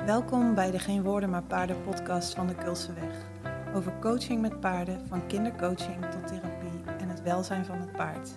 Welkom bij de Geen Woorden maar Paarden podcast van de Kulseweg. Over coaching met paarden, van kindercoaching tot therapie en het welzijn van het paard.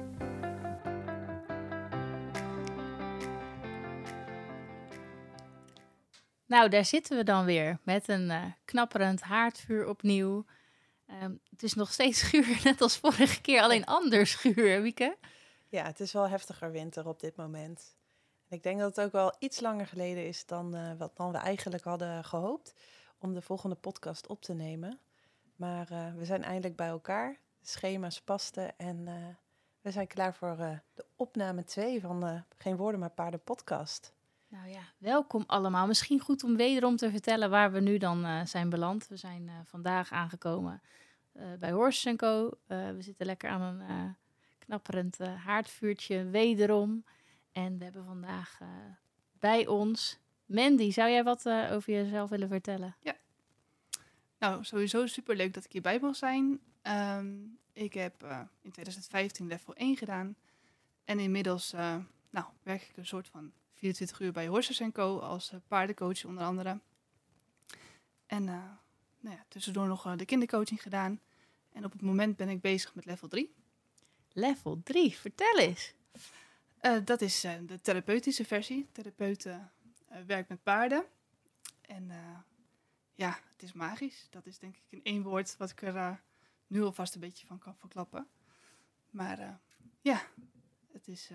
Nou, daar zitten we dan weer met een knapperend haardvuur opnieuw. Het is nog steeds schuur, net als vorige keer, alleen anders schuur, Wieke. Ja, het is wel heftiger winter op dit moment. En ik denk dat het ook wel iets langer geleden is dan wat we eigenlijk hadden gehoopt om de volgende podcast op te nemen. Maar we zijn eindelijk bij elkaar, de schema's pasten en we zijn klaar voor de opname 2 van de Geen Woorden maar Paarden podcast. Nou ja, welkom allemaal. Misschien goed om wederom te vertellen waar we nu dan zijn beland. We zijn vandaag aangekomen bij Horses & Co. We zitten lekker aan een knapperend haardvuurtje wederom. En we hebben vandaag bij ons Mandy. Zou jij wat over jezelf willen vertellen? Ja. Nou, sowieso superleuk dat ik hierbij mag zijn. Ik heb in 2015 level 1 gedaan. En inmiddels werk ik een soort van 24 uur bij Horses & Co. als paardencoach onder andere. En tussendoor nog de kindercoaching gedaan. En op het moment ben ik bezig met level 3. Level 3, vertel eens. Dat is de therapeutische versie. Therapeuten werkt met paarden. En het is magisch. Dat is denk ik in één woord wat ik er nu alvast een beetje van kan verklappen. Maar het is...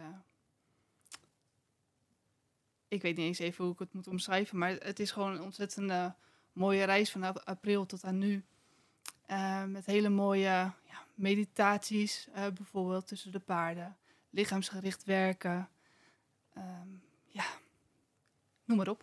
ik weet niet eens even hoe ik het moet omschrijven, maar het is gewoon een ontzettend mooie reis vanaf april tot aan nu. Met hele mooie meditaties, bijvoorbeeld tussen de paarden. Lichaamsgericht werken. Noem maar op.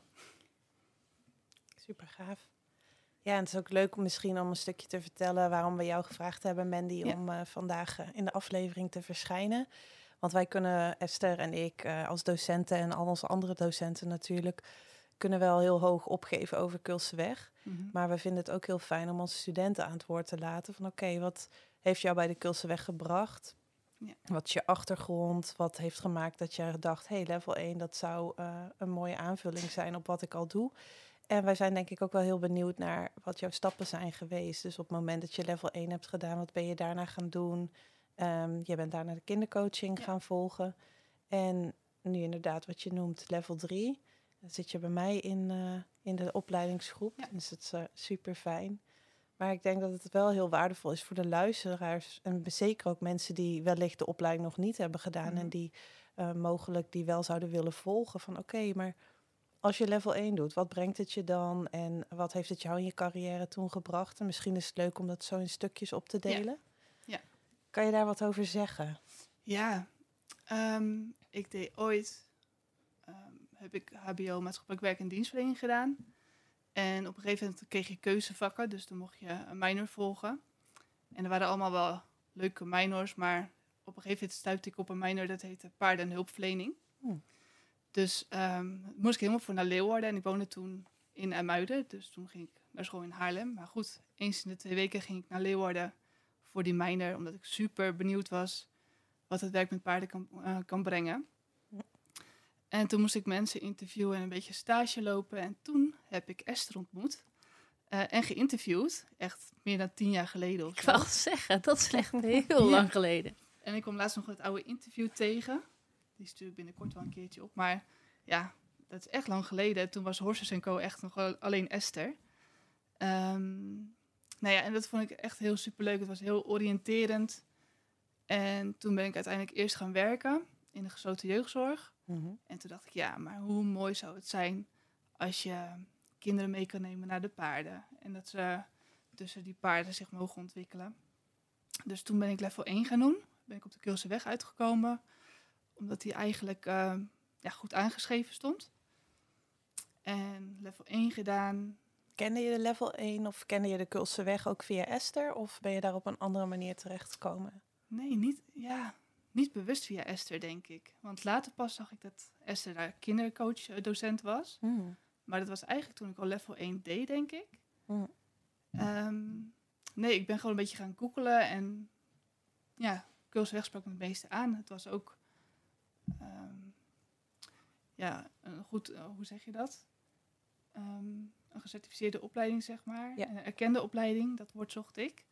Super gaaf. Ja, en het is ook leuk om misschien om een stukje te vertellen waarom we jou gevraagd hebben, Mandy, om vandaag in de aflevering te verschijnen. Want wij kunnen, Esther en ik, als docenten en al onze andere docenten natuurlijk, kunnen wel heel hoog opgeven over Kulseweg. Mm-hmm. Maar we vinden het ook heel fijn om onze studenten aan het woord te laten. Van oké, wat heeft jou bij de Kulseweg gebracht? Ja. Wat is je achtergrond? Wat heeft gemaakt dat je dacht, level 1, dat zou een mooie aanvulling zijn op wat ik al doe. En wij zijn denk ik ook wel heel benieuwd naar wat jouw stappen zijn geweest. Dus op het moment dat je level 1 hebt gedaan, wat ben je daarna gaan doen? Je bent daarna de kindercoaching gaan volgen. En nu inderdaad wat je noemt level 3. Dan zit je bij mij in de opleidingsgroep. Ja. Dus dat is super fijn. Maar ik denk dat het wel heel waardevol is voor de luisteraars. En zeker ook mensen die wellicht de opleiding nog niet hebben gedaan. Mm-hmm. En die mogelijk die wel zouden willen volgen. Van oké, maar als je level 1 doet, wat brengt het je dan? En wat heeft het jou in je carrière toen gebracht? En misschien is het leuk om dat zo in stukjes op te delen. Ja. Kan je daar wat over zeggen? Ja, ik deed ooit, heb ik HBO maatschappelijk werk en dienstverlening gedaan. En op een gegeven moment kreeg je keuzevakken, dus dan mocht je een minor volgen. En er waren allemaal wel leuke minors, maar op een gegeven moment stuitte ik op een minor dat heette paarden- en hulpverlening. Dus moest ik helemaal voor naar Leeuwarden en ik woonde toen in IJmuiden. Dus toen ging ik naar school in Haarlem. Maar goed, eens in de 2 weken ging ik naar Leeuwarden voor die minor, omdat ik super benieuwd was wat het werk met paarden kan brengen. En toen moest ik mensen interviewen en een beetje stage lopen. En toen heb ik Esther ontmoet en geïnterviewd. Echt meer dan 10 jaar geleden of Ik zo. wou zeggen, dat is echt heel lang geleden. En ik kwam laatst nog het oude interview tegen. Die stuur ik binnenkort wel een keertje op. Maar ja, dat is echt lang geleden. Toen was Horses & Co. echt nog alleen Esther. En dat vond ik echt heel superleuk. Het was heel oriënterend. En toen ben ik uiteindelijk eerst gaan werken in de gesloten jeugdzorg. Mm-hmm. En toen dacht ik, maar hoe mooi zou het zijn als je kinderen mee kan nemen naar de paarden. En dat ze tussen die paarden zich mogen ontwikkelen. Dus toen ben ik level 1 gaan doen. Ben ik op de Kulseweg uitgekomen. Omdat die eigenlijk goed aangeschreven stond. En level 1 gedaan. Kende je de level 1 of kende je de Kulseweg ook via Esther? Of ben je daar op een andere manier terechtgekomen? Nee, niet bewust via Esther, denk ik. Want later pas zag ik dat Esther daar kindercoach-docent was. Maar dat was eigenlijk toen ik al level 1 deed, denk ik. Ik ben gewoon een beetje gaan googelen. En Kulseweg sprak me het meeste aan. Het was ook een goed, hoe zeg je dat? een gecertificeerde opleiding, zeg maar. Ja. Een erkende opleiding, dat woord zocht ik.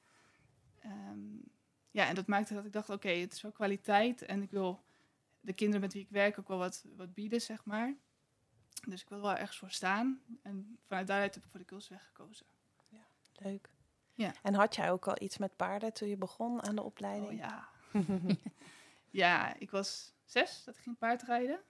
En dat maakte dat ik dacht, oké, het is wel kwaliteit. En ik wil de kinderen met wie ik werk ook wel wat bieden, zeg maar. Dus ik wil er wel ergens voor staan. En vanuit daaruit heb ik voor de Kulsweg gekozen. Leuk. Ja. En had jij ook al iets met paarden toen je begon aan de opleiding? Oh ja. Ja, ik was 6 dat ik ging paardrijden.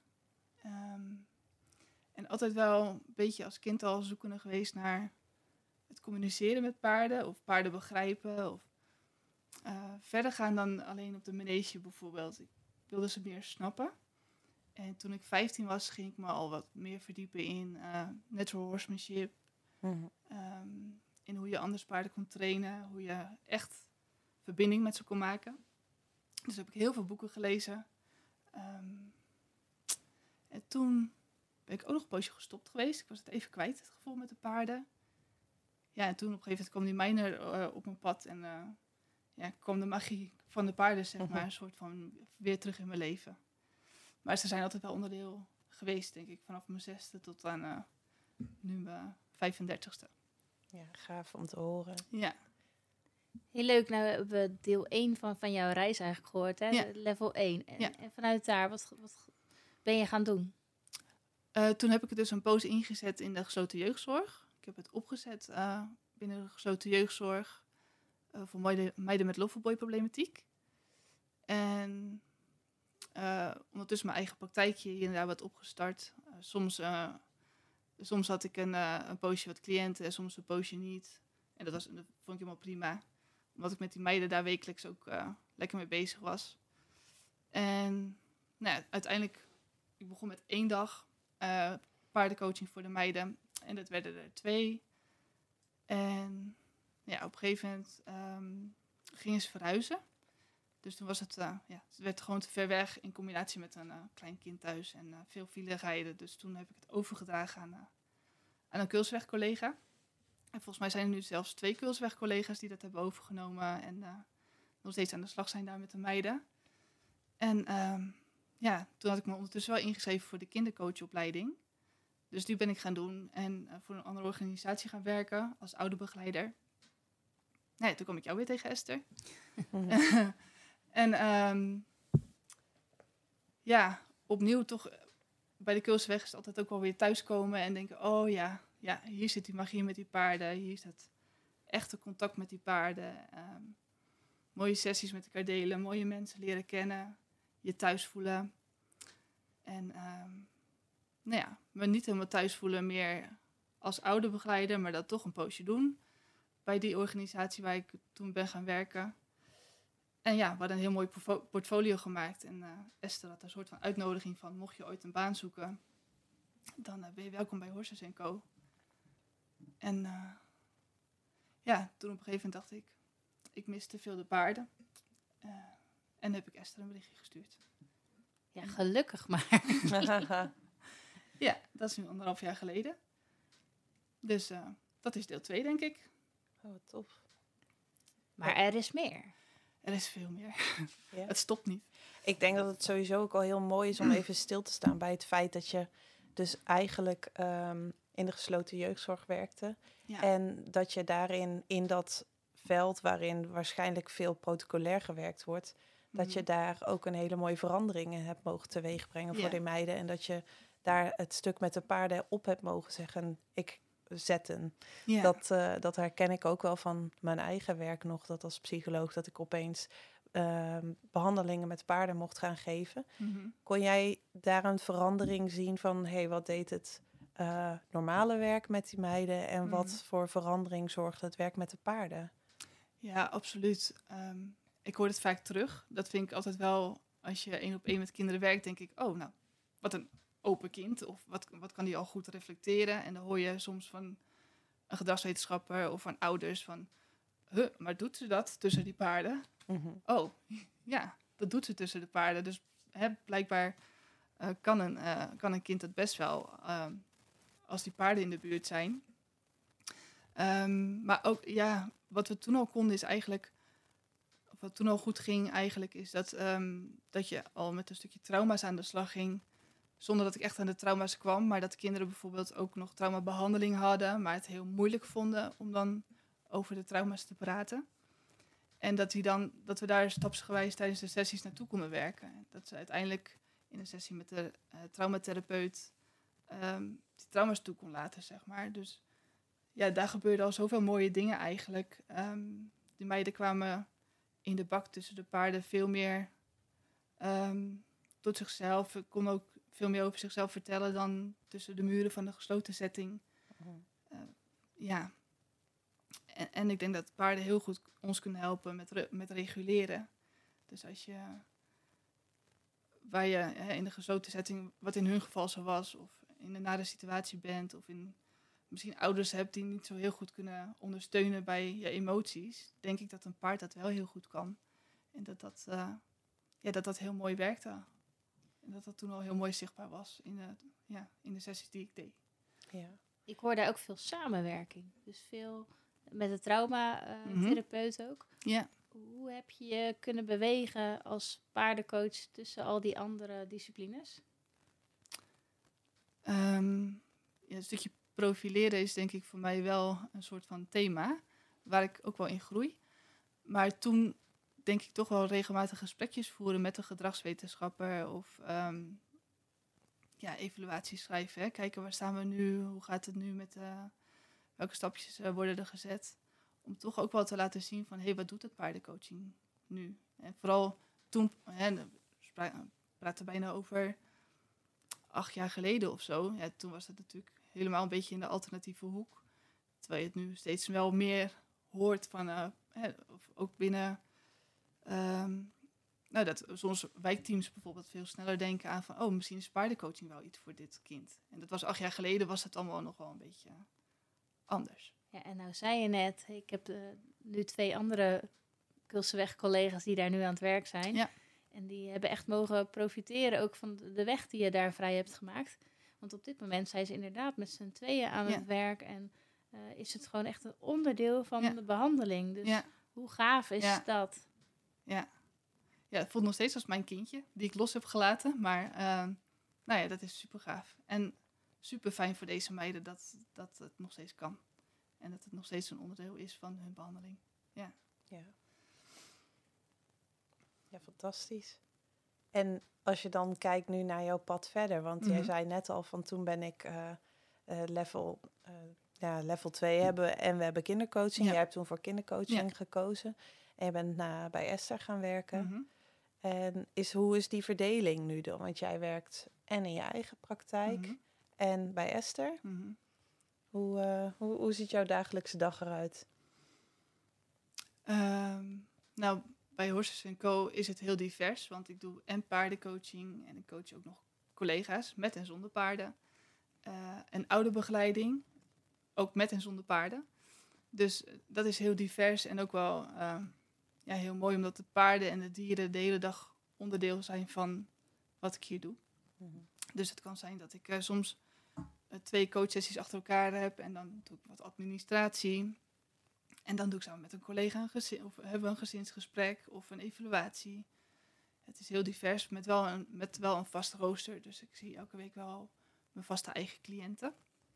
En altijd wel een beetje als kind al zoekende geweest naar het communiceren met paarden. Of paarden begrijpen. Of verder gaan dan alleen op de manege bijvoorbeeld. Ik wilde ze meer snappen. En toen ik 15 was, ging ik me al wat meer verdiepen in natural horsemanship. Mhm. In hoe je anders paarden kon trainen. Hoe je echt verbinding met ze kon maken. Dus heb ik heel veel boeken gelezen. En toen ben ik ook nog een poosje gestopt geweest. Ik was het even kwijt, het gevoel met de paarden. Ja, en toen op een gegeven moment kwam die mijner op mijn pad. En kwam de magie van de paarden, zeg maar, een soort van weer terug in mijn leven. Maar ze zijn altijd wel onderdeel geweest, denk ik. Vanaf mijn 6e tot aan nu mijn 35e. Ja, gaaf om te horen. Ja. Heel leuk. Nou hebben we deel 1 van jouw reis eigenlijk gehoord, hè? Ja. Level 1. Ja. En vanuit daar, wat ben je gaan doen? Toen heb ik het dus een poos ingezet in de gesloten jeugdzorg. Ik heb het opgezet binnen de gesloten jeugdzorg voor meiden met loverboy-problematiek. En ondertussen mijn eigen praktijkje hier en daar wat opgestart. Soms had ik een poosje wat cliënten en soms een poosje niet. En dat vond ik helemaal prima. Omdat ik met die meiden daar wekelijks ook lekker mee bezig was. En uiteindelijk, ik begon met 1 dag paardencoaching voor de meiden. En dat werden er 2. En op een gegeven moment gingen ze verhuizen. Dus toen was het werd gewoon te ver weg in combinatie met een klein kind thuis en veel file rijden. Dus toen heb ik het overgedragen aan een Kulsweg-collega. En volgens mij zijn er nu zelfs 2 Kulsweg-collega's die dat hebben overgenomen en nog steeds aan de slag zijn daar met de meiden. En toen had ik me ondertussen wel ingeschreven voor de kindercoachopleiding. Dus die ben ik gaan doen en voor een andere organisatie gaan werken als ouderbegeleider. Toen kwam ik jou weer tegen, Esther. En opnieuw toch bij de Kulsweg is het altijd ook wel weer thuiskomen en denken, oh ja, hier zit die magie met die paarden, hier is het echte contact met die paarden. Mooie sessies met elkaar delen, mooie mensen leren kennen, je thuis voelen. En me niet helemaal thuis voelen meer als ouderbegeleider, maar dat toch een poosje doen bij die organisatie waar ik toen ben gaan werken. En we hadden een heel mooi portfolio gemaakt. En Esther had een soort van uitnodiging van, mocht je ooit een baan zoeken, dan ben je welkom bij Horses & Co. En toen op een gegeven moment dacht ik mis te veel de paarden. En heb ik Esther een berichtje gestuurd. Ja, gelukkig maar. Ja, dat is nu 1,5 jaar geleden. Dus dat is deel 2, denk ik. Oh, wat tof. Maar er is meer. Er is veel meer. Ja. Het stopt niet. Ik denk dat het sowieso ook al heel mooi is om even stil te staan bij het feit dat je dus eigenlijk in de gesloten jeugdzorg werkte. Ja. En dat je daarin, in dat veld waarin waarschijnlijk veel protocolair gewerkt wordt, dat je daar ook een hele mooie veranderingen hebt mogen teweegbrengen voor die meiden. En dat je daar het stuk met de paarden op hebt mogen zeggen, ik zetten. Ja. Dat herken ik ook wel van mijn eigen werk nog, dat als psycholoog dat ik opeens behandelingen met paarden mocht gaan geven. Mm-hmm. Kon jij daar een verandering zien van, wat deed het normale werk met die meiden en wat voor verandering zorgde het werk met de paarden? Ja, absoluut. Ik hoor het vaak terug. Dat vind ik altijd wel, als je 1-op-1 met kinderen werkt, denk ik, oh, nou, wat een open kind. Of wat kan die al goed reflecteren? En dan hoor je soms van een gedragswetenschapper of van ouders van, maar doet ze dat tussen die paarden? Mm-hmm. Oh, ja, dat doet ze tussen de paarden. Dus blijkbaar kan een kind dat best wel als die paarden in de buurt zijn. Maar ook, wat we toen al konden is eigenlijk, of wat toen al goed ging eigenlijk, is dat je al met een stukje trauma's aan de slag ging. zonder dat ik echt aan de trauma's kwam. Maar dat kinderen bijvoorbeeld ook nog traumabehandeling hadden, maar het heel moeilijk vonden om dan over de trauma's te praten. En dat we daar stapsgewijs tijdens de sessies naartoe konden werken. Dat ze uiteindelijk in een sessie met de traumatherapeut die trauma's toe kon laten, zeg maar. Dus ja, daar gebeurde al zoveel mooie dingen eigenlijk. Die meiden kwamen in de bak tussen de paarden veel meer tot zichzelf. Ik kon ook veel meer over zichzelf vertellen dan tussen de muren van de gesloten setting. Ja. En ik denk dat paarden heel goed ons kunnen helpen met reguleren. Dus als je, waar je in de gesloten setting, wat in hun geval zo was, of in een nare situatie bent, of misschien ouders hebt die niet zo heel goed kunnen ondersteunen bij je emoties, denk ik dat een paard dat wel heel goed kan. En dat heel mooi werkte. En dat toen al heel mooi zichtbaar was in de sessies die ik deed. Ja. Ik hoor daar ook veel samenwerking. Dus veel met de traumatherapeut ook. Ja. Hoe heb je je kunnen bewegen als paardencoach tussen al die andere disciplines? Een stukje profileren is denk ik voor mij wel een soort van thema, waar ik ook wel in groei. Maar toen denk ik toch wel regelmatig gesprekjes voeren met een gedragswetenschapper of evaluaties schrijven. Hè. Kijken, waar staan we nu? Hoe gaat het nu met welke stapjes worden er gezet? Om toch ook wel te laten zien van, wat doet het paardencoaching nu? En vooral toen, praten bijna over 8 jaar geleden of zo. Ja, toen was het natuurlijk helemaal een beetje in de alternatieve hoek. Terwijl je het nu steeds wel meer hoort van, of ook binnen, dat soms wijkteams bijvoorbeeld veel sneller denken aan van, misschien is paardencoaching wel iets voor dit kind. En dat was 8 jaar geleden, was het allemaal nog wel een beetje anders. Ja, en nou zei je net, ik heb nu 2 andere Kulseweg-collega's die daar nu aan het werk zijn. Ja. En die hebben echt mogen profiteren ook van de weg die je daar vrij hebt gemaakt. Want op dit moment zijn ze inderdaad met z'n tweeën aan het werk. En is het gewoon echt een onderdeel van de behandeling. Dus hoe gaaf is dat? Ja, het voelt nog steeds als mijn kindje, die ik los heb gelaten. Maar dat is super gaaf. En super fijn voor deze meiden dat het nog steeds kan. En dat het nog steeds een onderdeel is van hun behandeling. Ja. Ja, fantastisch. En als je dan kijkt nu naar jouw pad verder, want jij zei net al van toen ben ik level 2 hebben en we hebben kindercoaching. Ja. Jij hebt toen voor kindercoaching gekozen en je bent bij Esther gaan werken. Mm-hmm. En hoe is die verdeling nu dan? Want jij werkt en in je eigen praktijk en bij Esther. Mm-hmm. Hoe ziet jouw dagelijkse dag eruit? Bij Horses & Co is het heel divers, want ik doe en paardencoaching en ik coach ook nog collega's met en zonder paarden. En ouderbegeleiding, ook met en zonder paarden. Dus dat is heel divers en ook wel heel mooi, omdat de paarden en de dieren de hele dag onderdeel zijn van wat ik hier doe. Mm-hmm. Dus het kan zijn dat ik soms 2 coachsessies achter elkaar heb en dan doe ik wat administratie. En dan doe ik samen met een collega of hebben we een gezinsgesprek of een evaluatie. Het is heel divers met wel een vast rooster. Dus ik zie elke week wel mijn vaste eigen cliënten.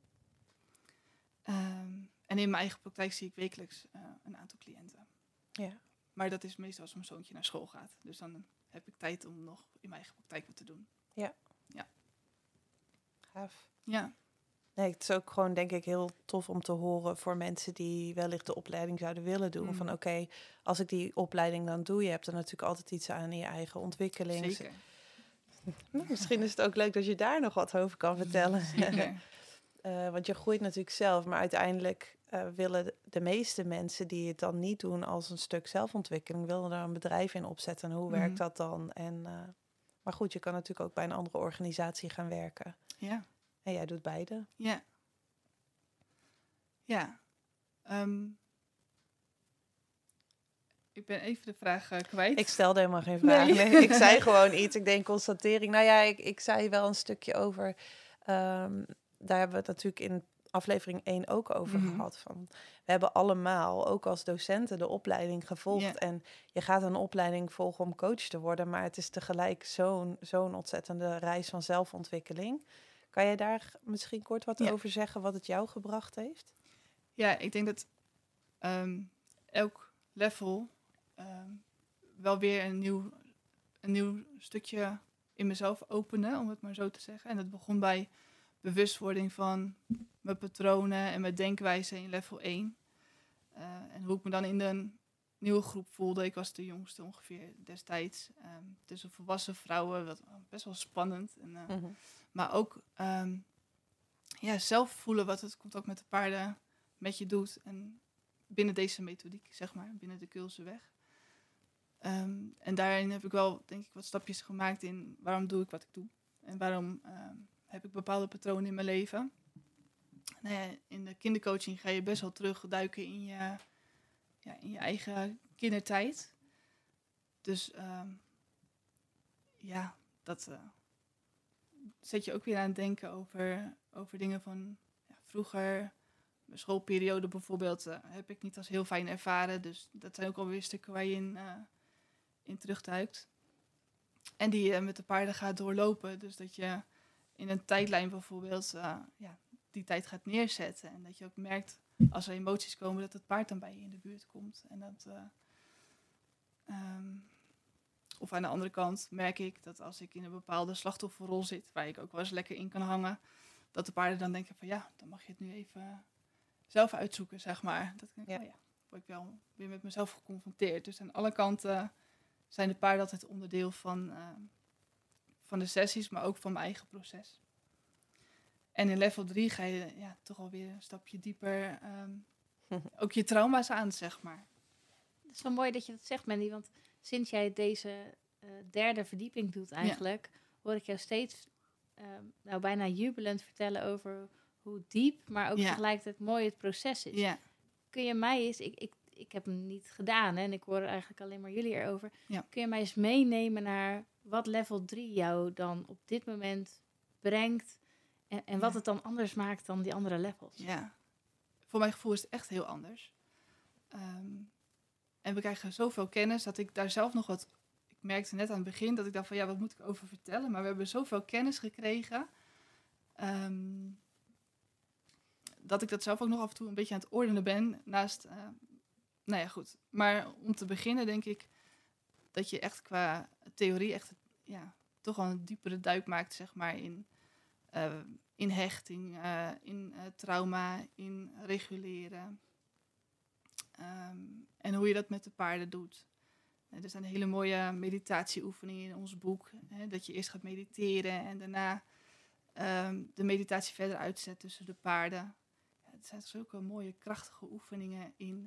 En in mijn eigen praktijk zie ik wekelijks een aantal cliënten. Ja. Maar dat is meestal als mijn zoontje naar school gaat. Dus dan heb ik tijd om nog in mijn eigen praktijk wat te doen. Ja. Ja. Gaaf. Ja. Nee, het is ook gewoon denk ik heel tof om te horen voor mensen die wellicht de opleiding zouden willen doen. Van oké, als ik die opleiding dan doe, je hebt er natuurlijk altijd iets aan in je eigen ontwikkeling. Zeker. Misschien is het ook leuk dat je daar nog wat over kan vertellen. Zeker. Want je groeit natuurlijk zelf, maar uiteindelijk willen de meeste mensen die het dan niet doen als een stuk zelfontwikkeling, willen er een bedrijf in opzetten. En hoe werkt dat dan? Maar goed, je kan natuurlijk ook bij een andere organisatie gaan werken. Ja. En jij doet beide. Ja. Ja. Ik ben even de vraag kwijt. Ik stelde helemaal geen vraag. Nee. Ik zei gewoon iets. Ik denk constatering. Nou ja, ik zei wel een stukje over. Daar hebben we het natuurlijk in aflevering 1 ook over Mhm. gehad. Van, we hebben allemaal, ook als docenten, de opleiding gevolgd. Ja. En je gaat een opleiding volgen om coach te worden. Maar het is tegelijk zo'n ontzettende reis van zelfontwikkeling. Kan jij daar misschien kort wat Ja. over zeggen, wat het jou gebracht heeft? Ja, ik denk dat elk level wel weer een nieuw stukje in mezelf opende, om het maar zo te zeggen. En dat begon bij bewustwording van mijn patronen en mijn denkwijze in level 1. En hoe ik me dan in de nieuwe groep voelde. Ik was de jongste ongeveer destijds. Tussen volwassen vrouwen, wat best wel spannend. En, maar ook zelf voelen wat het contact met de paarden met je doet. En binnen deze methodiek, zeg maar, binnen de Keulseweg. En daarin heb ik wel, denk ik, wat stapjes gemaakt in waarom doe ik wat ik doe. En waarom heb ik bepaalde patronen in mijn leven. Nou ja, in de kindercoaching ga je best wel terugduiken in je eigen kindertijd. Dus dat zet je ook weer aan het denken over dingen van vroeger. Mijn schoolperiode bijvoorbeeld heb ik niet als heel fijn ervaren. Dus dat zijn ook alweer stukken waar je in terugduikt. En die je met de paarden gaat doorlopen. Dus dat je in een tijdlijn bijvoorbeeld die tijd gaat neerzetten. En dat je ook merkt, als er emoties komen, dat het paard dan bij je in de buurt komt. En dat, of aan de andere kant merk ik dat als ik in een bepaalde slachtofferrol zit, waar ik ook wel eens lekker in kan hangen, dat de paarden dan denken van dan mag je het nu even zelf uitzoeken, zeg maar. Dat ik denk, word ik wel weer met mezelf geconfronteerd. Dus aan alle kanten zijn de paarden altijd onderdeel van de sessies, maar ook van mijn eigen proces. En in level 3 ga je toch alweer een stapje dieper ook je trauma's aan, zeg maar. Het is wel mooi dat je dat zegt, Mandy, want sinds jij deze derde verdieping doet eigenlijk, hoor ik jou steeds bijna jubelend vertellen over hoe diep, maar ook tegelijkertijd mooi het proces is. Ja. Kun je mij eens, ik heb hem niet gedaan en ik hoor eigenlijk alleen maar jullie erover. Ja. Kun je mij eens meenemen naar wat level 3 jou dan op dit moment brengt en wat het dan anders maakt dan die andere levels? Ja, voor mijn gevoel is het echt heel anders. En we krijgen zoveel kennis dat ik daar zelf nog wat... Ik merkte net aan het begin dat ik dacht van wat moet ik over vertellen? Maar we hebben zoveel kennis gekregen. Dat ik dat zelf ook nog af en toe een beetje aan het ordenen ben. Naast, goed. Maar om te beginnen denk ik dat je echt qua theorie echt toch wel een diepere duik maakt, zeg maar, in hechting, in trauma, in reguleren. En hoe je dat met de paarden doet. Er zijn hele mooie meditatieoefeningen in ons boek. Dat je eerst gaat mediteren en daarna de meditatie verder uitzet tussen de paarden. Het zijn zulke mooie, krachtige oefeningen in.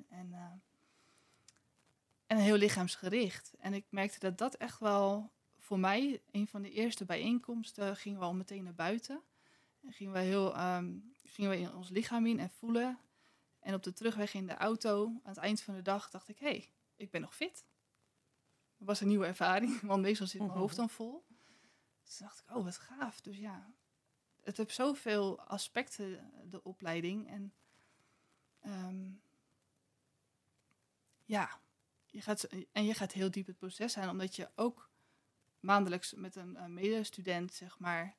En heel lichaamsgericht. En ik merkte dat echt wel voor mij, een van de eerste bijeenkomsten, gingen we al meteen naar buiten. En gingen we in ons lichaam in en voelen. En op de terugweg in de auto, aan het eind van de dag, dacht ik, ik ben nog fit. Dat was een nieuwe ervaring, want meestal zit mijn hoofd dan vol. Dus toen dacht ik, wat gaaf. Dus het heeft zoveel aspecten, de opleiding. En je gaat heel diep het proces aan, omdat je ook maandelijks met een medestudent, zeg maar,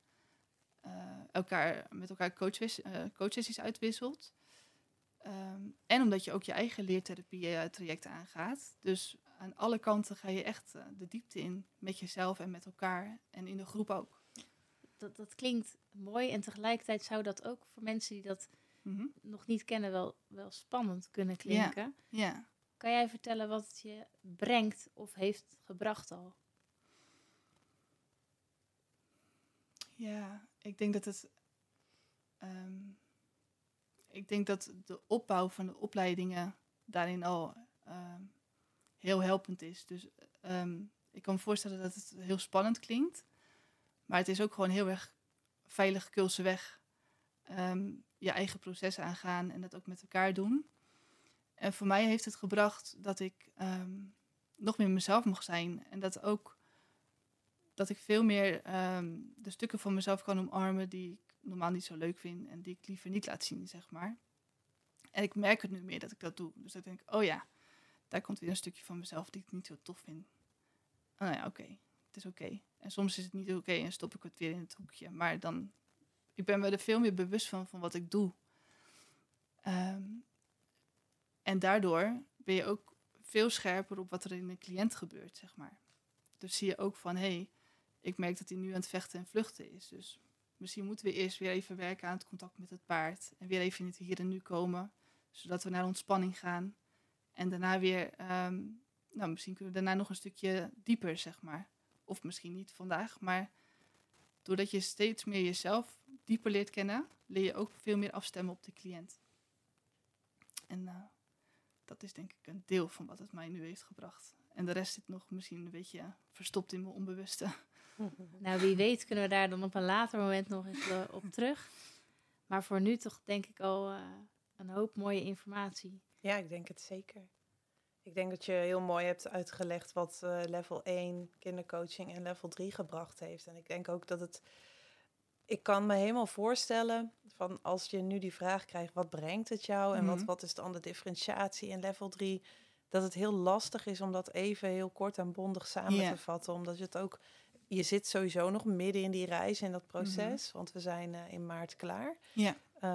met elkaar coachsessies uitwisselt. En omdat je ook je eigen leertherapie-traject aangaat. Dus aan alle kanten ga je echt de diepte in met jezelf en met elkaar. En in de groep ook. Dat klinkt mooi en tegelijkertijd zou dat ook voor mensen die dat nog niet kennen wel spannend kunnen klinken. Ja. Kan jij vertellen wat het je brengt of heeft gebracht al? Ja, ik denk dat de opbouw van de opleidingen daarin al heel helpend is. Dus ik kan me voorstellen dat het heel spannend klinkt. Maar het is ook gewoon heel erg veilig Keulseweg. Je eigen proces aangaan en dat ook met elkaar doen. En voor mij heeft het gebracht dat ik nog meer mezelf mag zijn. En dat ik veel meer de stukken van mezelf kan omarmen die ik normaal niet zo leuk vind en die ik liever niet laat zien, zeg maar. En ik merk het nu meer dat ik dat doe. Dus dan denk ik, oh ja, daar komt weer een stukje van mezelf die ik niet zo tof vind. Oh nou ja, oké, het is oké. En soms is het niet oké en stop ik het weer in het hoekje. Maar dan, ik ben me er veel meer bewust van wat ik doe. En daardoor ben je ook veel scherper op wat er in een cliënt gebeurt, zeg maar. Dus zie je ook van, hé, ik merk dat hij nu aan het vechten en vluchten is. Dus misschien moeten we eerst weer even werken aan het contact met het paard. En weer even in het hier en nu komen. Zodat we naar ontspanning gaan. En daarna weer, misschien kunnen we daarna nog een stukje dieper, zeg maar. Of misschien niet vandaag, maar doordat je steeds meer jezelf dieper leert kennen, leer je ook veel meer afstemmen op de cliënt. En dat is denk ik een deel van wat het mij nu heeft gebracht. En de rest zit nog misschien een beetje verstopt in mijn onbewuste. Nou, wie weet kunnen we daar dan op een later moment nog eens op terug. Maar voor nu toch denk ik al een hoop mooie informatie. Ja, ik denk het zeker. Ik denk dat je heel mooi hebt uitgelegd wat level 1 kindercoaching en level 3 gebracht heeft. En ik denk ook dat het... Ik kan me helemaal voorstellen van als je nu die vraag krijgt, wat brengt het jou? En wat is dan de differentiatie in level 3? Dat het heel lastig is om dat even heel kort en bondig samen te vatten. Omdat je het ook... Je zit sowieso nog midden in die reis, in dat proces. Want we zijn in maart klaar. Ja.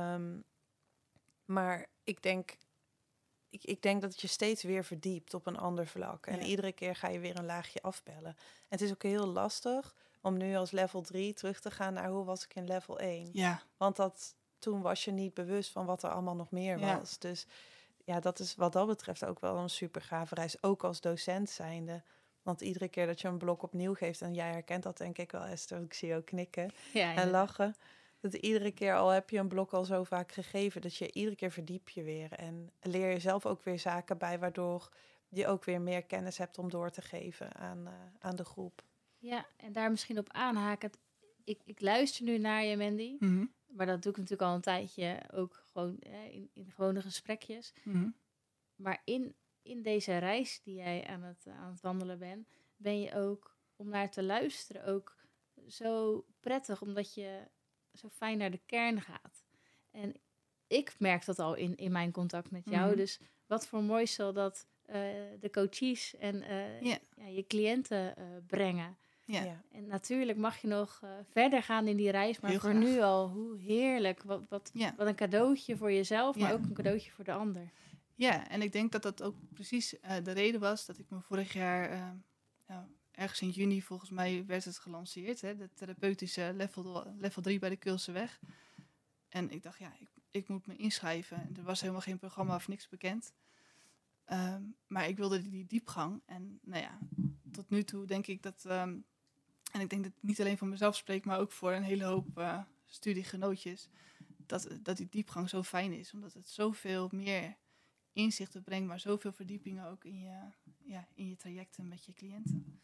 Maar ik denk dat het je steeds weer verdiept op een ander vlak. En iedere keer ga je weer een laagje afbellen. En het is ook heel lastig om nu als level 3 terug te gaan naar hoe was ik in level 1. Ja. Want toen was je niet bewust van wat er allemaal nog meer was. Dus ja, dat is wat dat betreft ook wel een super gave reis. Ook als docent zijnde. Want iedere keer dat je een blok opnieuw geeft... en jij herkent dat denk ik wel, Esther. Ik zie je ook knikken en lachen. Dat iedere keer al heb je een blok al zo vaak gegeven... dat je iedere keer verdiep je weer. En leer je zelf ook weer zaken bij... waardoor je ook weer meer kennis hebt om door te geven aan de groep. Ja, en daar misschien op aanhaken. Ik luister nu naar je, Mandy. Maar dat doe ik natuurlijk al een tijdje. Ook gewoon in gewone gesprekjes. Maar in deze reis die jij aan het wandelen bent... ben je ook, om naar te luisteren, ook zo prettig. Omdat je zo fijn naar de kern gaat. En ik merk dat al in mijn contact met jou. Dus wat voor mooi zal dat de coaches en je cliënten brengen. Ja. En natuurlijk mag je nog verder gaan in die reis. Maar Heel voor graag. nu al, hoe heerlijk. Wat een cadeautje voor jezelf, maar ook een cadeautje voor de ander. Ja, en ik denk dat dat ook precies de reden was dat ik me vorig jaar, ergens in juni volgens mij werd het gelanceerd, hè, de therapeutische level 3 bij de Keulseweg. En ik dacht, ik moet me inschrijven. Er was helemaal geen programma of niks bekend. Maar ik wilde die diepgang. En tot nu toe denk ik dat, en ik denk dat ik niet alleen voor mezelf spreek, maar ook voor een hele hoop studiegenootjes, dat die diepgang zo fijn is. Omdat het zoveel meer inzichten brengt, maar zoveel verdiepingen ook in je trajecten met je cliënten.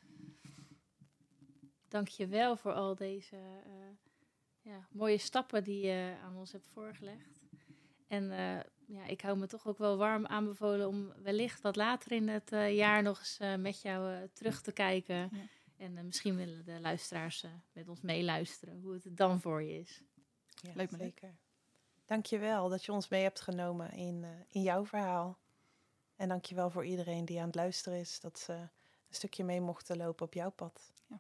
Dank je wel voor al deze mooie stappen die je aan ons hebt voorgelegd. En ik hou me toch ook wel warm aanbevolen om wellicht wat later in het jaar nog eens met jou terug te kijken. Ja. En misschien willen de luisteraars met ons meeluisteren hoe het dan voor je is. Ja, lijkt me zeker. Dank je wel dat je ons mee hebt genomen in jouw verhaal. En dank je wel voor iedereen die aan het luisteren is, dat ze een stukje mee mochten lopen op jouw pad. Ja.